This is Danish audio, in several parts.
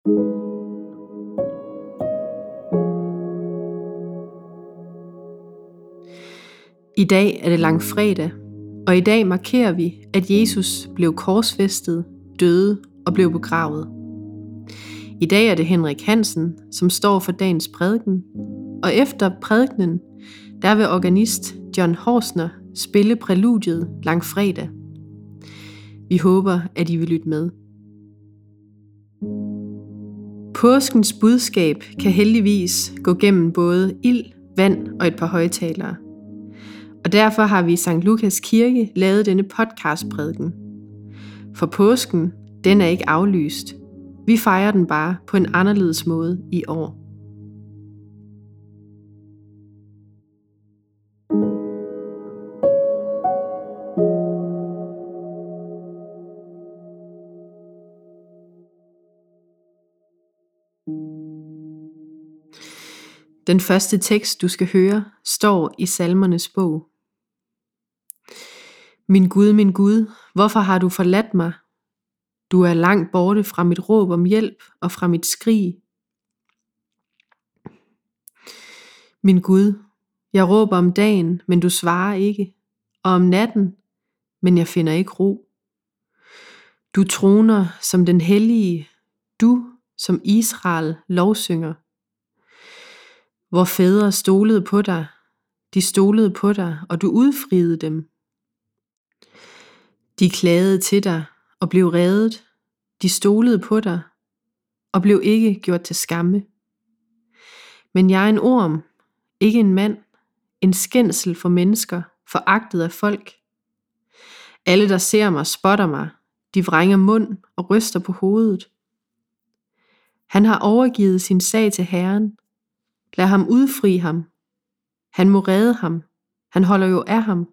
I dag er det langfredag, og i dag markerer vi, at Jesus blev korsfæstet, døde og blev begravet. I dag er det Henrik Hansen, som står for dagens prædiken, og efter prædikenen, der vil organist John Horsner spille præludiet langfredag. Vi håber, at I vil lytte med. Påskens budskab kan heldigvis gå gennem både ild, vand og et par højtalere. Og derfor har vi i Sankt Lukas Kirke lavet denne podcastprædiken. For påsken, den er ikke aflyst. Vi fejrer den bare på en anderledes måde i år. Den første tekst, du skal høre, står i Salmernes bog. Min Gud, hvorfor har du forladt mig? Du er langt borte fra mit råb om hjælp og fra mit skrig. Min Gud, jeg råber om dagen, men du svarer ikke, og om natten, men jeg finder ikke ro. Du troner som den hellige, du som Israel lovsynger. Hvor fædre stolede på dig, de stolede på dig, og du udfriede dem. De klagede til dig og blev reddet, de stolede på dig og blev ikke gjort til skamme. Men jeg er en orm, ikke en mand, en skændsel for mennesker, foragtet af folk. Alle, der ser mig, spotter mig, de vrænger mund og ryster på hovedet. Han har overgivet sin sag til Herren. Lad ham udfri ham. Han må redde ham. Han holder jo af ham.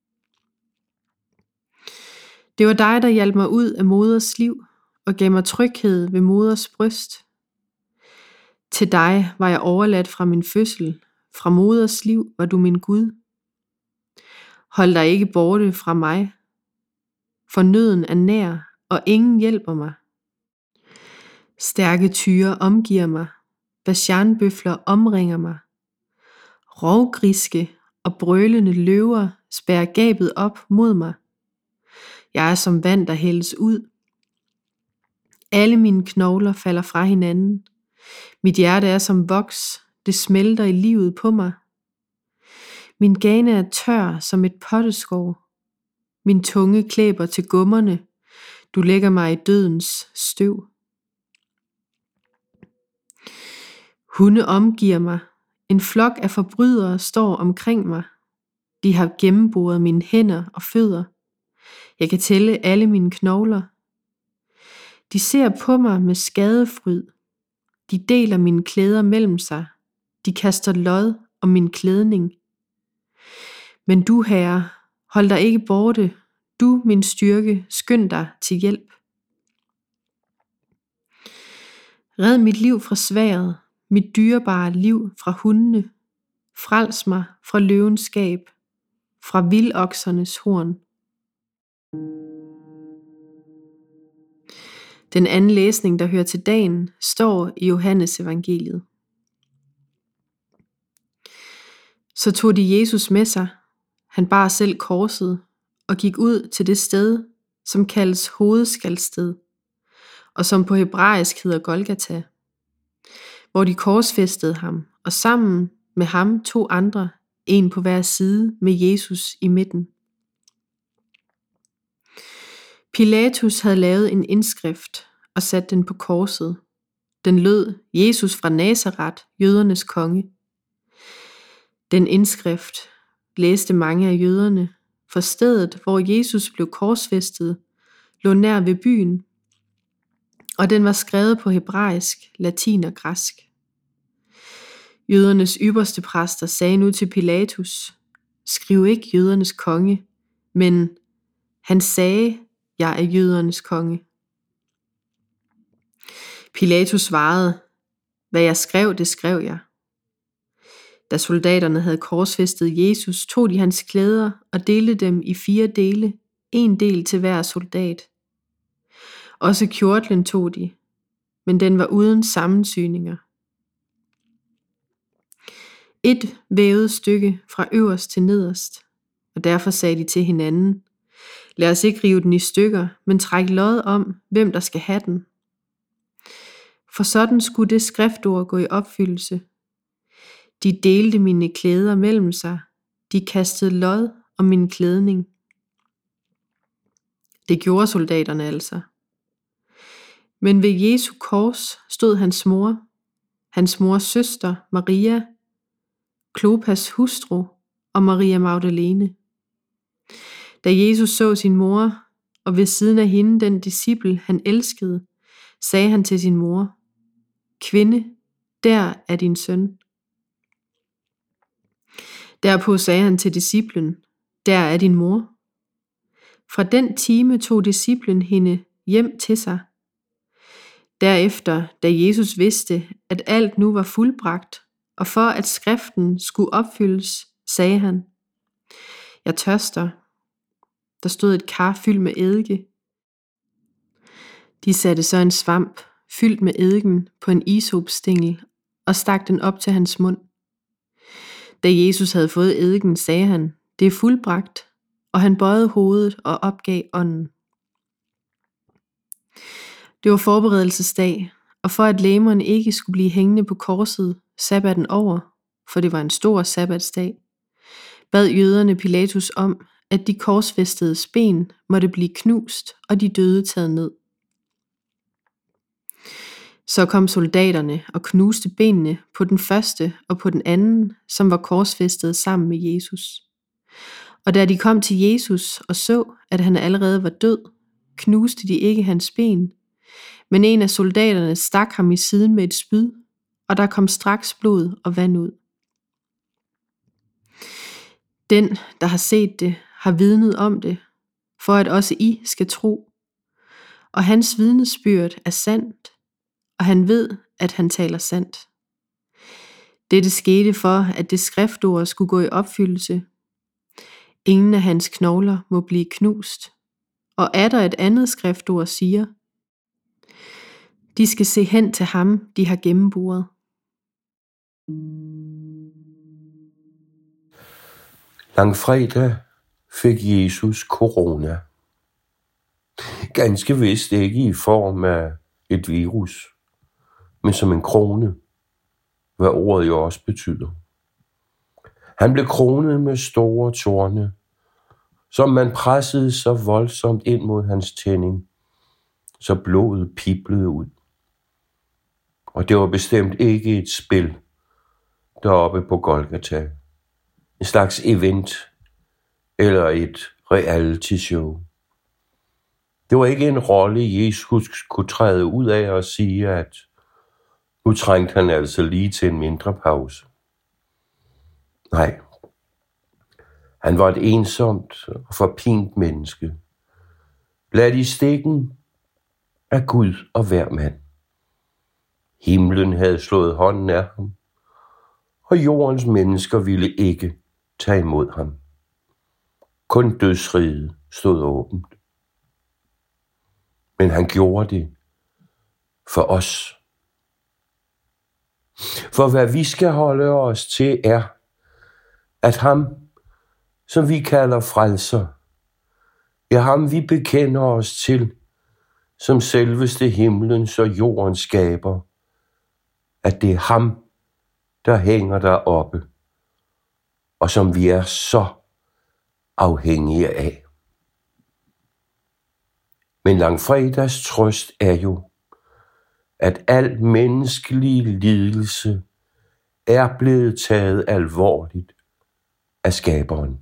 Det var dig, der hjalp mig ud af moders liv og gav mig tryghed ved moders bryst. Til dig var jeg overladt fra min fødsel. Fra moders liv var du min Gud. Hold dig ikke borte fra mig, for nøden er nær, og ingen hjælper mig. Stærke tyre omgiver mig, Bashanbøfler omringer mig. Rovgriske og brølende løver spærrer gabet op mod mig. Jeg er som vand, der hældes ud. Alle mine knogler falder fra hinanden. Mit hjerte er som voks, det smelter i livet på mig. Min gane er tør som et potteskår. Min tunge klæber til gummerne. Du lægger mig i dødens støv. Hunde omgiver mig. En flok af forbrydere står omkring mig. De har gennemboret mine hænder og fødder. Jeg kan tælle alle mine knogler. De ser på mig med skadefryd. De deler mine klæder mellem sig. De kaster lod om min klædning. Men du, Herre, hold dig ikke borte. Du, min styrke, skynd dig til hjælp. Red mit liv fra sværdet, mit dyrebare liv fra hundene. Frels mig fra løvens gab, fra vildoksernes horn. Den anden læsning, der hører til dagen, står i Johannes evangeliet. Så tog de Jesus med sig. Han bar selv korset og gik ud til det sted, som kaldes hovedskaldsted, og som på hebraisk hedder Golgata, hvor de korsfæstede ham, og sammen med ham 2 andre, en på hver side med Jesus i midten. Pilatus havde lavet en indskrift og sat den på korset. Den lød: Jesus fra Nazaret, jødernes konge. Den indskrift læste mange af jøderne, for stedet, hvor Jesus blev korsfæstet, lå nær ved byen, og den var skrevet på hebraisk, latin og græsk. Jødernes ypperste præster sagde nu til Pilatus: Skriv ikke jødernes konge, men han sagde: Jeg er jødernes konge. Pilatus svarede: Hvad jeg skrev, det skrev jeg. Da soldaterne havde korsfæstet Jesus, tog de hans klæder og delte dem i 4 dele, 1 del til hver soldat. Også kjortlen tog de. men den var uden sammensyninger. Et vævet stykke fra øverst til nederst, og derfor sagde de til hinanden, lad os ikke rive den i stykker, men trække lod om, hvem der skal have den. For sådan skulle det skriftord gå i opfyldelse. De delte mine klæder mellem sig, de kastede lod om min klædning. Det gjorde soldaterne altså. Men ved Jesu kors stod hans mors søster Maria, Klopas hustru og Maria Magdalene. Da Jesus så sin mor, og ved siden af hende den disciple, han elskede, sagde han til sin mor, kvinde, der er din søn. Derpå sagde han til disciplen, der er din mor. Fra den time tog disciplen hende hjem til sig. Derefter, da Jesus vidste, at alt nu var fuldbragt, og for at skriften skulle opfyldes, sagde han, jeg tørster. Der stod et kar fyldt med eddike. De satte så en svamp fyldt med eddiken på en isopstængel og stak den op til hans mund. Da Jesus havde fået eddiken, sagde han, det er fuldbragt, og han bøjede hovedet og opgav ånden. Det var forberedelsesdag, og for at lægmerne ikke skulle blive hængende på korset sabbaten over, for det var en stor sabbatsdag, bad jøderne Pilatus om, at de korsfæstede ben måtte blive knust og de døde taget ned. Så kom soldaterne og knuste benene på den første og på den anden, som var korsfæstet sammen med Jesus. Og da de kom til Jesus og så, at han allerede var død, knuste de ikke hans ben, men en af soldaterne stak ham i siden med et spyd, og der kom straks blod og vand ud. Den, der har set det, har vidnet om det, for at også I skal tro. Og hans vidnesbyrd er sandt, og han ved, at han taler sandt. Dette skete for, at det skriftord skulle gå i opfyldelse. Ingen af hans knogler må blive knust. Og er der et andet skriftord siger, de skal se hen til ham, de har gennemboret. Langfredag fik Jesus corona. Ganske vist ikke i form af et virus, men som en krone, hvad ordet jo også betyder. Han blev kronet med store torne, som man pressede så voldsomt ind mod hans tænding, så blodet piblede ud. Og det var bestemt ikke et spil deroppe på Golgata. En slags event eller et reality show. Det var ikke en rolle, Jesus kunne træde ud af og sige, at nu trængte han altså lige til en mindre pause. Nej, han var et ensomt og forpint menneske. Ladt i stikken af Gud og hver mand. Himlen havde slået hånden af ham, og jordens mennesker ville ikke tage imod ham. Kun dødsriget stod åbent. Men han gjorde det for os. For hvad vi skal holde os til er, at ham, som vi kalder frelser, ja ham vi bekender os til, som selveste himlens og jordens skaber, at det er ham, der hænger deroppe, og som vi er så afhængige af. Men langfredags trøst er jo, at al menneskelig lidelse er blevet taget alvorligt af skaberen.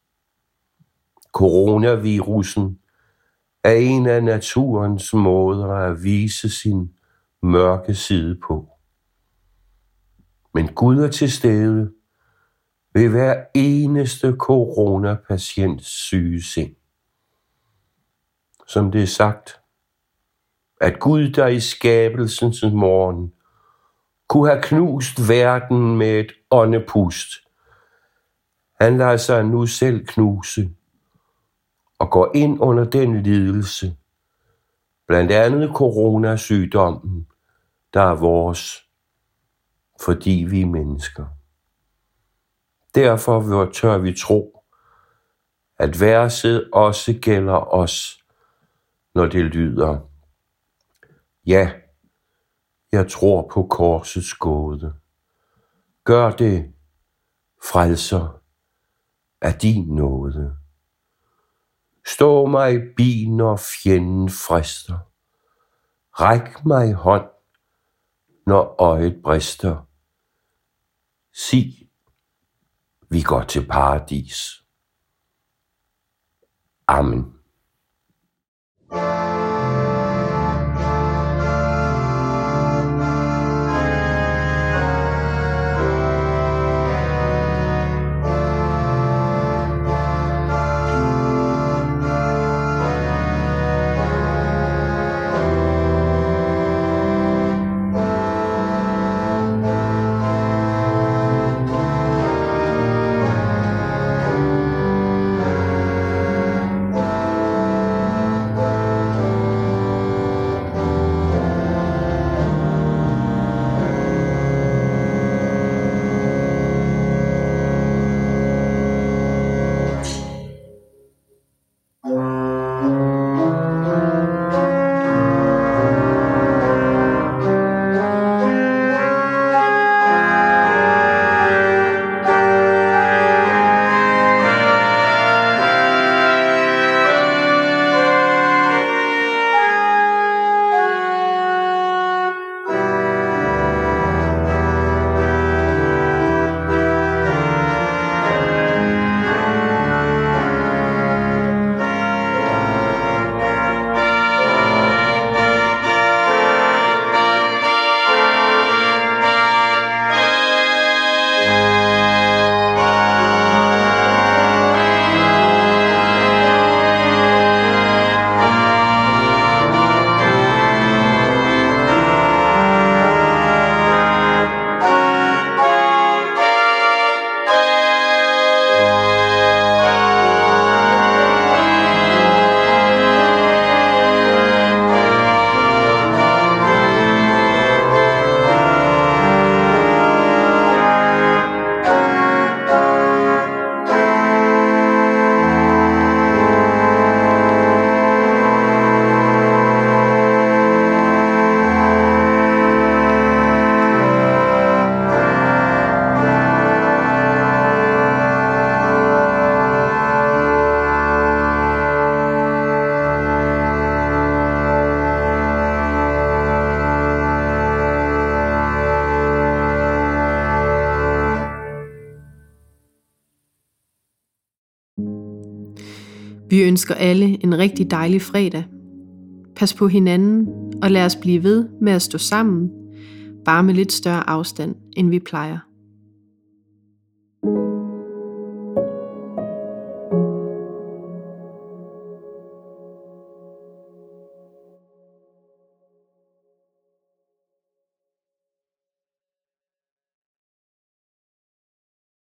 Coronavirusen er en af naturens måder at vise sin mørke side på. Men Gud er til stede ved hver eneste coronapatients syge seng. Som det er sagt, at Gud, der i skabelsens morgen kunne have knust verden med et åndepust, han lader sig nu selv knuse og går ind under den lidelse, blandt andet coronasygdommen, der er vores, fordi vi er mennesker. Derfor tør vi tro, at verset også gælder os, når det lyder: ja, jeg tror på korsets gåde. Gør det, frelser, af din nåde. Stå mig bi, når fjenden frister. Ræk mig hånd, når øjet brister. Sig, vi går til paradis. Amen. Vi ønsker alle en rigtig dejlig fredag. Pas på hinanden, og lad os blive ved med at stå sammen, bare med lidt større afstand, end vi plejer.